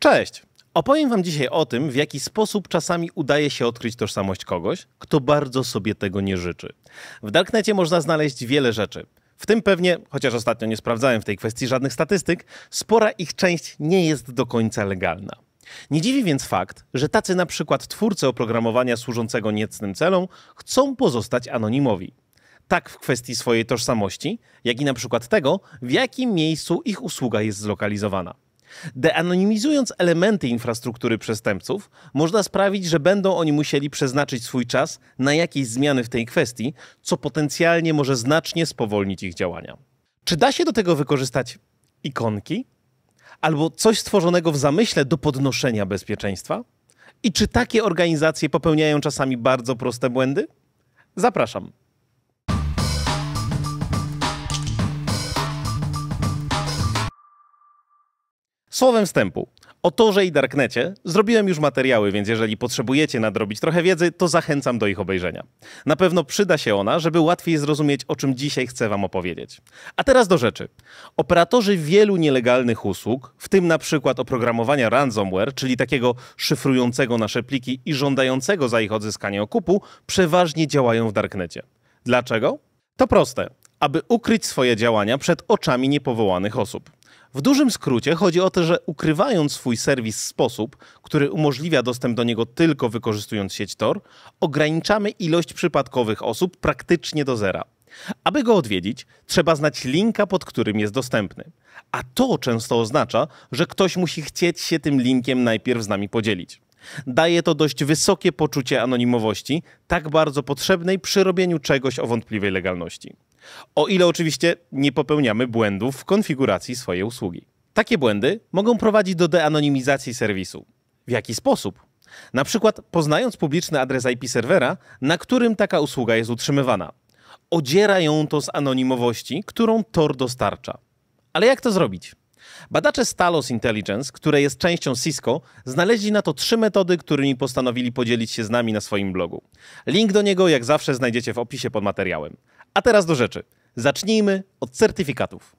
Cześć! Opowiem wam dzisiaj o tym, w jaki sposób czasami udaje się odkryć tożsamość kogoś, kto bardzo sobie tego nie życzy. W Darknecie można znaleźć wiele rzeczy. W tym pewnie, chociaż ostatnio nie sprawdzałem w tej kwestii żadnych statystyk, spora ich część nie jest do końca legalna. Nie dziwi więc fakt, że tacy na przykład twórcy oprogramowania służącego niecnym celom chcą pozostać anonimowi. Tak w kwestii swojej tożsamości, jak i na przykład tego, w jakim miejscu ich usługa jest zlokalizowana. Deanonimizując elementy infrastruktury przestępców, można sprawić, że będą oni musieli przeznaczyć swój czas na jakieś zmiany w tej kwestii, co potencjalnie może znacznie spowolnić ich działania. Czy da się do tego wykorzystać ikonki? Albo coś stworzonego w zamyśle do podnoszenia bezpieczeństwa? I czy takie organizacje popełniają czasami bardzo proste błędy? Zapraszam. Słowem wstępu. O Torze i Darknecie zrobiłem już materiały, więc jeżeli potrzebujecie nadrobić trochę wiedzy, to zachęcam do ich obejrzenia. Na pewno przyda się ona, żeby łatwiej zrozumieć, o czym dzisiaj chcę wam opowiedzieć. A teraz do rzeczy. Operatorzy wielu nielegalnych usług, w tym na przykład oprogramowania ransomware, czyli takiego szyfrującego nasze pliki i żądającego za ich odzyskanie okupu, przeważnie działają w Darknecie. Dlaczego? To proste. Aby ukryć swoje działania przed oczami niepowołanych osób. W dużym skrócie chodzi o to, że ukrywając swój serwis w sposób, który umożliwia dostęp do niego tylko wykorzystując sieć Tor, ograniczamy ilość przypadkowych osób praktycznie do zera. Aby go odwiedzić, trzeba znać linka, pod którym jest dostępny. A to często oznacza, że ktoś musi chcieć się tym linkiem najpierw z nami podzielić. Daje to dość wysokie poczucie anonimowości, tak bardzo potrzebnej przy robieniu czegoś o wątpliwej legalności. O ile oczywiście nie popełniamy błędów w konfiguracji swojej usługi. Takie błędy mogą prowadzić do deanonimizacji serwisu. W jaki sposób? Na przykład poznając publiczny adres IP serwera, na którym taka usługa jest utrzymywana. Odziera ją to z anonimowości, którą Tor dostarcza. Ale jak to zrobić? Badacze z Talos Intelligence, które jest częścią Cisco, znaleźli na to 3 metody, którymi postanowili podzielić się z nami na swoim blogu. Link do niego jak zawsze znajdziecie w opisie pod materiałem. A teraz do rzeczy. Zacznijmy od certyfikatów.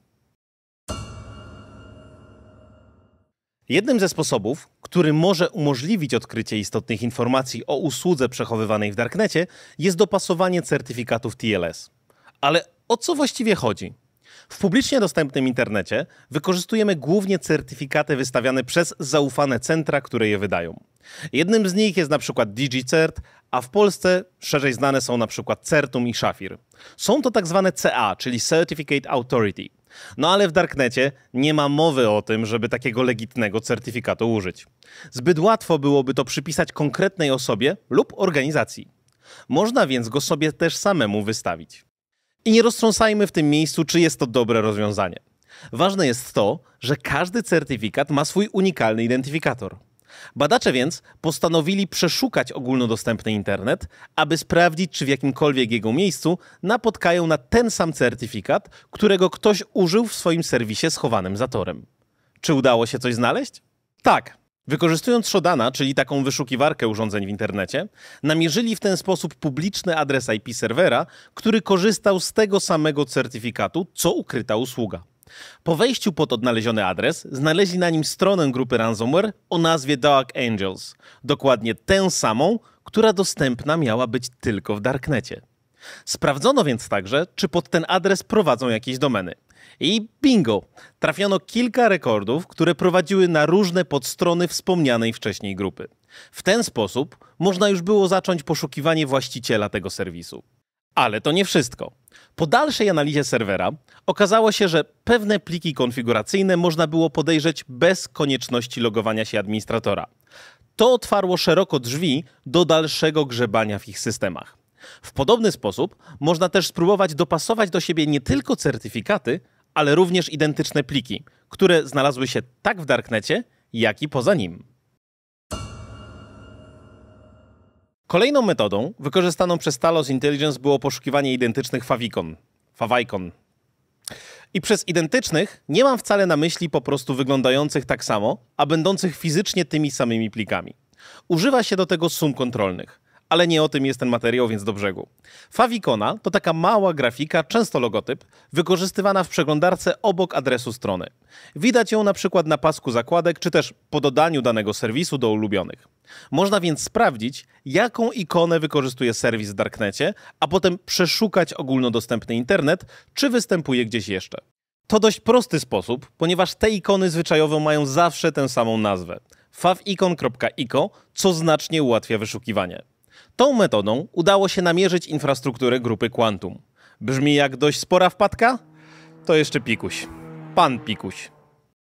Jednym ze sposobów, który może umożliwić odkrycie istotnych informacji o usłudze przechowywanej w Darknecie, jest dopasowanie certyfikatów TLS. Ale o co właściwie chodzi? W publicznie dostępnym internecie wykorzystujemy głównie certyfikaty wystawiane przez zaufane centra, które je wydają. Jednym z nich jest na przykład DigiCert, a w Polsce szerzej znane są na przykład Certum i Szafir. Są to tak zwane CA, czyli Certificate Authority. No ale w Darknecie nie ma mowy o tym, żeby takiego legitnego certyfikatu użyć. Zbyt łatwo byłoby to przypisać konkretnej osobie lub organizacji. Można więc go sobie też samemu wystawić. I nie roztrząsajmy w tym miejscu, czy jest to dobre rozwiązanie. Ważne jest to, że każdy certyfikat ma swój unikalny identyfikator. Badacze więc postanowili przeszukać ogólnodostępny internet, aby sprawdzić, czy w jakimkolwiek jego miejscu napotkają na ten sam certyfikat, którego ktoś użył w swoim serwisie schowanym za torem. Czy udało się coś znaleźć? Tak. Wykorzystując Shodana, czyli taką wyszukiwarkę urządzeń w internecie, namierzyli w ten sposób publiczny adres IP serwera, który korzystał z tego samego certyfikatu, co ukryta usługa. Po wejściu pod odnaleziony adres znaleźli na nim stronę grupy ransomware o nazwie Dark Angels. Dokładnie tę samą, która dostępna miała być tylko w Darknecie. Sprawdzono więc także, czy pod ten adres prowadzą jakieś domeny. I bingo! Trafiono kilka rekordów, które prowadziły na różne podstrony wspomnianej wcześniej grupy. W ten sposób można już było zacząć poszukiwanie właściciela tego serwisu. Ale to nie wszystko. Po dalszej analizie serwera okazało się, że pewne pliki konfiguracyjne można było podejrzeć bez konieczności logowania się administratora. To otwarło szeroko drzwi do dalszego grzebania w ich systemach. W podobny sposób można też spróbować dopasować do siebie nie tylko certyfikaty, ale również identyczne pliki, które znalazły się tak w Darknecie, jak i poza nim. Kolejną metodą wykorzystaną przez Talos Intelligence było poszukiwanie identycznych favicon. I przez identycznych nie mam wcale na myśli po prostu wyglądających tak samo, a będących fizycznie tymi samymi plikami. Używa się do tego sum kontrolnych. Ale nie o tym jest ten materiał, więc do brzegu. Favicona to taka mała grafika, często logotyp, wykorzystywana w przeglądarce obok adresu strony. Widać ją na przykład na pasku zakładek, czy też po dodaniu danego serwisu do ulubionych. Można więc sprawdzić, jaką ikonę wykorzystuje serwis w Darknecie, a potem przeszukać ogólnodostępny internet, czy występuje gdzieś jeszcze. To dość prosty sposób, ponieważ te ikony zwyczajowo mają zawsze tę samą nazwę. favicon.iko, co znacznie ułatwia wyszukiwanie. Tą metodą udało się namierzyć infrastrukturę grupy Quantum. Brzmi jak dość spora wpadka? To jeszcze pikuś. Pan pikuś.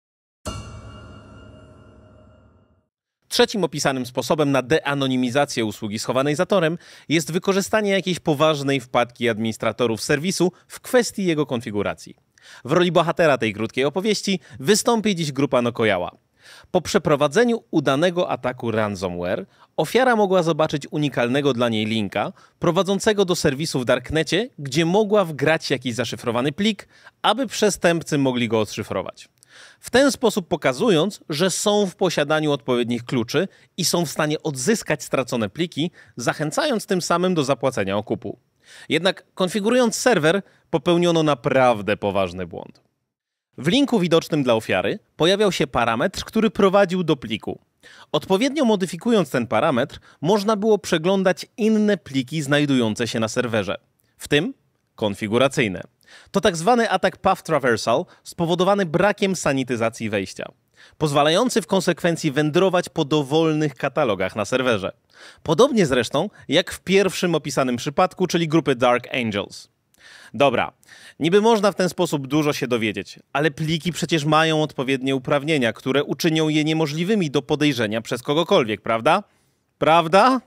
Trzecim opisanym sposobem na deanonimizację usługi schowanej za torem jest wykorzystanie jakiejś poważnej wpadki administratorów serwisu w kwestii jego konfiguracji. W roli bohatera tej krótkiej opowieści wystąpi dziś grupa Nokojała. Po przeprowadzeniu udanego ataku ransomware ofiara mogła zobaczyć unikalnego dla niej linka prowadzącego do serwisu w Darknecie, gdzie mogła wgrać jakiś zaszyfrowany plik, aby przestępcy mogli go odszyfrować. W ten sposób pokazując, że są w posiadaniu odpowiednich kluczy i są w stanie odzyskać stracone pliki, zachęcając tym samym do zapłacenia okupu. Jednak konfigurując serwer, popełniono naprawdę poważny błąd. W linku widocznym dla ofiary pojawiał się parametr, który prowadził do pliku. Odpowiednio modyfikując ten parametr, można było przeglądać inne pliki znajdujące się na serwerze, w tym konfiguracyjne. To tak zwany atak Path Traversal spowodowany brakiem sanityzacji wejścia, pozwalający w konsekwencji wędrować po dowolnych katalogach na serwerze. Podobnie zresztą jak w pierwszym opisanym przypadku, czyli grupy Dark Angels. Dobra, niby można w ten sposób dużo się dowiedzieć, ale pliki przecież mają odpowiednie uprawnienia, które uczynią je niemożliwymi do podejrzenia przez kogokolwiek, prawda? Prawda?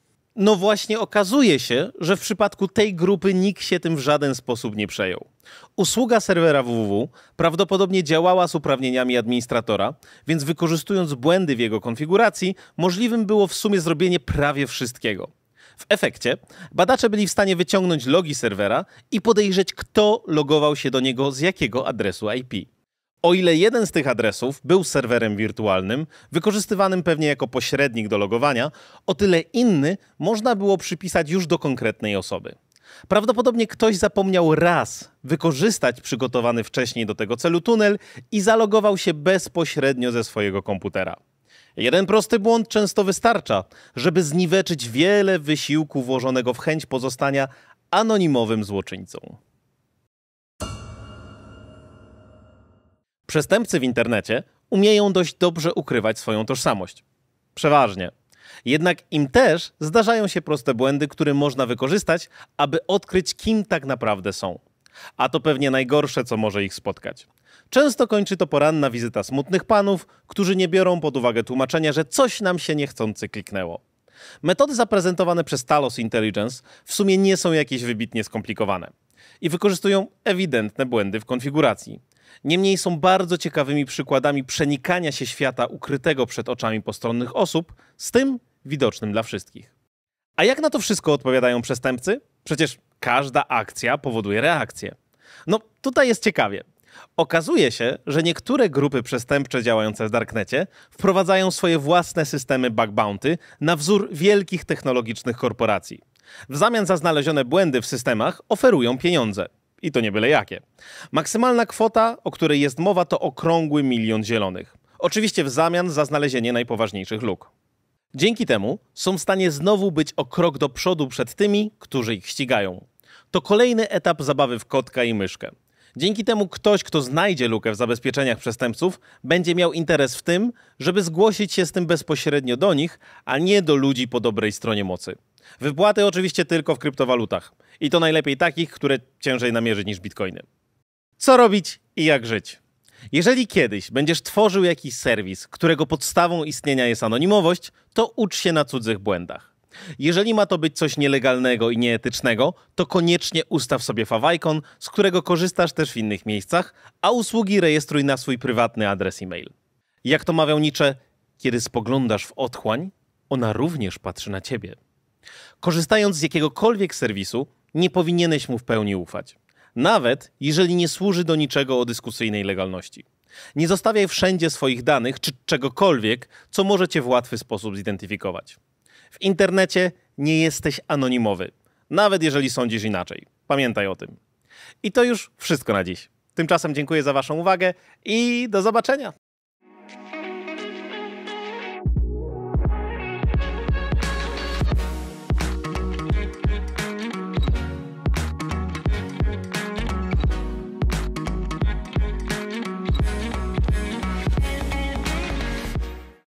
No właśnie okazuje się, że w przypadku tej grupy nikt się tym w żaden sposób nie przejął. Usługa serwera www prawdopodobnie działała z uprawnieniami administratora, więc wykorzystując błędy w jego konfiguracji, możliwym było w sumie zrobienie prawie wszystkiego. W efekcie badacze byli w stanie wyciągnąć logi serwera i podejrzeć, kto logował się do niego z jakiego adresu IP. O ile jeden z tych adresów był serwerem wirtualnym, wykorzystywanym pewnie jako pośrednik do logowania, o tyle inny można było przypisać już do konkretnej osoby. Prawdopodobnie ktoś zapomniał raz wykorzystać przygotowany wcześniej do tego celu tunel i zalogował się bezpośrednio ze swojego komputera. Jeden prosty błąd często wystarcza, żeby zniweczyć wiele wysiłku włożonego w chęć pozostania anonimowym złoczyńcą. Przestępcy w internecie umieją dość dobrze ukrywać swoją tożsamość. Przeważnie. Jednak im też zdarzają się proste błędy, które można wykorzystać, aby odkryć, kim tak naprawdę są. A to pewnie najgorsze, co może ich spotkać. Często kończy to poranna wizyta smutnych panów, którzy nie biorą pod uwagę tłumaczenia, że coś nam się niechcący kliknęło. Metody zaprezentowane przez Talos Intelligence w sumie nie są jakieś wybitnie skomplikowane i wykorzystują ewidentne błędy w konfiguracji. Niemniej są bardzo ciekawymi przykładami przenikania się świata ukrytego przed oczami postronnych osób z tym widocznym dla wszystkich. A jak na to wszystko odpowiadają przestępcy? Przecież każda akcja powoduje reakcję. No tutaj jest ciekawie. Okazuje się, że niektóre grupy przestępcze działające w Darknecie wprowadzają swoje własne systemy bug bounty na wzór wielkich technologicznych korporacji. W zamian za znalezione błędy w systemach oferują pieniądze. I to nie byle jakie. Maksymalna kwota, o której jest mowa, to okrągły 1 000 000 zielonych. Oczywiście w zamian za znalezienie najpoważniejszych luk. Dzięki temu są w stanie znowu być o krok do przodu przed tymi, którzy ich ścigają. To kolejny etap zabawy w kotka i myszkę. Dzięki temu ktoś, kto znajdzie lukę w zabezpieczeniach przestępców, będzie miał interes w tym, żeby zgłosić się z tym bezpośrednio do nich, a nie do ludzi po dobrej stronie mocy. Wypłaty oczywiście tylko w kryptowalutach. I to najlepiej takich, które ciężej namierzyć niż bitcoiny. Co robić i jak żyć? Jeżeli kiedyś będziesz tworzył jakiś serwis, którego podstawą istnienia jest anonimowość, to ucz się na cudzych błędach. Jeżeli ma to być coś nielegalnego i nieetycznego, to koniecznie ustaw sobie favicon, z którego korzystasz też w innych miejscach, a usługi rejestruj na swój prywatny adres e-mail. Jak to mawiał Nietzsche, kiedy spoglądasz w otchłań, ona również patrzy na ciebie. Korzystając z jakiegokolwiek serwisu, nie powinieneś mu w pełni ufać. Nawet jeżeli nie służy do niczego o dyskusyjnej legalności. Nie zostawiaj wszędzie swoich danych czy czegokolwiek, co może cię w łatwy sposób zidentyfikować. W internecie nie jesteś anonimowy, nawet jeżeli sądzisz inaczej. Pamiętaj o tym. I to już wszystko na dziś. Tymczasem dziękuję za waszą uwagę i do zobaczenia.